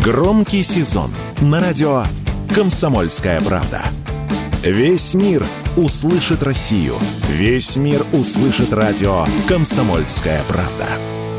Громкий сезон на радио «Комсомольская правда». Весь мир услышит Россию. Весь мир услышит радио «Комсомольская правда».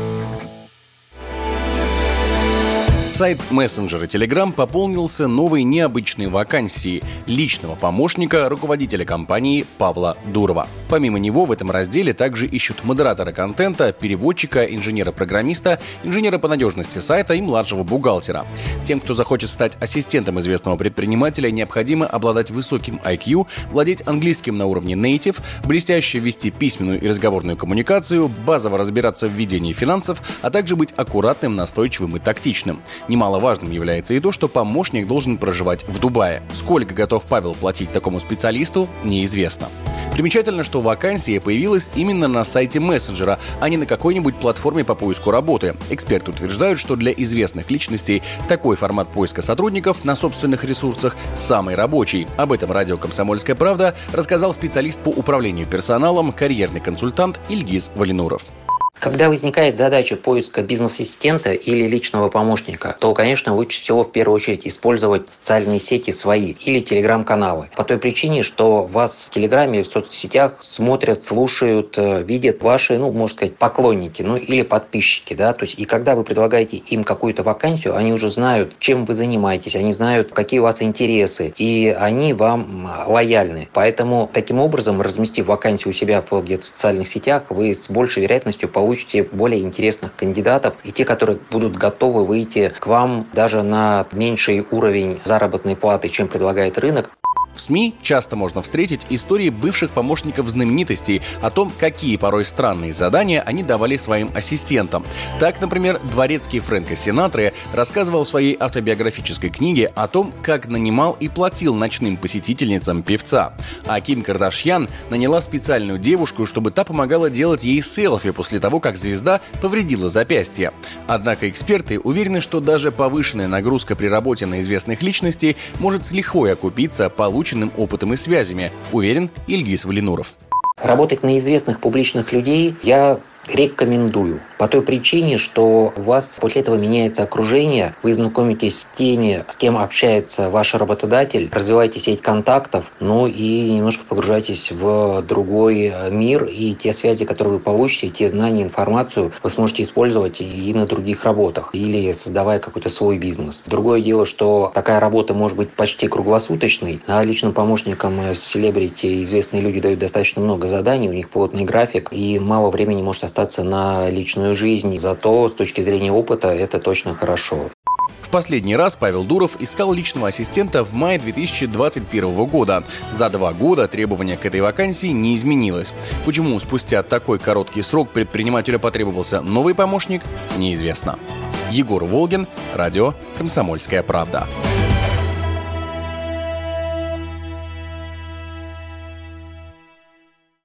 Сайт мессенджера Telegram пополнился новой необычной вакансией личного помощника руководителя компании Павла Дурова. Помимо него в этом разделе также ищут модератора контента, переводчика, инженера-программиста, инженера по надежности сайта и младшего бухгалтера. Тем, кто захочет стать ассистентом известного предпринимателя, необходимо обладать высоким IQ, владеть английским на уровне native, блестяще вести письменную и разговорную коммуникацию, базово разбираться в ведении финансов, а также быть аккуратным, настойчивым и тактичным. Немаловажным является и то, что помощник должен проживать в Дубае. Сколько готов Павел платить такому специалисту, неизвестно. Примечательно, что вакансия появилась именно на сайте мессенджера, а не на какой-нибудь платформе по поиску работы. Эксперты утверждают, что для известных личностей такой формат поиска сотрудников на собственных ресурсах самый рабочий. Об этом радио «Комсомольская правда» рассказал специалист по управлению персоналом, карьерный консультант Ильгиз Валинуров. Когда возникает задача поиска бизнес-ассистента или личного помощника, то, конечно, лучше всего в первую очередь использовать социальные сети свои или телеграм-каналы. По той причине, что вас в Телеграме, в соцсетях смотрят, слушают, видят ваши, можно сказать, поклонники, или подписчики, да. То есть, и когда вы предлагаете им какую-то вакансию, они уже знают, чем вы занимаетесь, они знают, какие у вас интересы, и они вам лояльны. Поэтому, таким образом, разместив вакансию у себя где-то в социальных сетях, вы с большей вероятностью получите более интересных кандидатов и те, которые будут готовы выйти к вам даже на меньший уровень заработной платы, чем предлагает рынок. В СМИ часто можно встретить истории бывших помощников знаменитостей о том, какие порой странные задания они давали своим ассистентам. Так, например, дворецкий Фрэнка Синатра рассказывал в своей автобиографической книге о том, как нанимал и платил ночным посетительницам певца. А Ким Кардашьян наняла специальную девушку, чтобы та помогала делать ей селфи после того, как звезда повредила запястье. Однако эксперты уверены, что даже повышенная нагрузка при работе на известных личностей может с лихвой окупиться полученным опытом и связями, уверен Ильгиз Валинуров. Работать на известных публичных людей я рекомендую. По той причине, что у вас после этого меняется окружение, вы знакомитесь с теми, с кем общается ваш работодатель, развиваете сеть контактов, и немножко погружаетесь в другой мир, и те связи, которые вы получите, те знания, информацию вы сможете использовать и на других работах, или создавая какой-то свой бизнес. Другое дело, что такая работа может быть почти круглосуточной, а личным помощникам селебрити известные люди дают достаточно много заданий, у них плотный график, и мало времени может остаться на личную жизнь. Зато с точки зрения опыта это точно хорошо. В последний раз Павел Дуров искал личного ассистента в мае 2021 года. За 2 года требования к этой вакансии не изменилось. Почему спустя такой короткий срок предпринимателю потребовался новый помощник, неизвестно. Егор Волгин, радио «Комсомольская правда».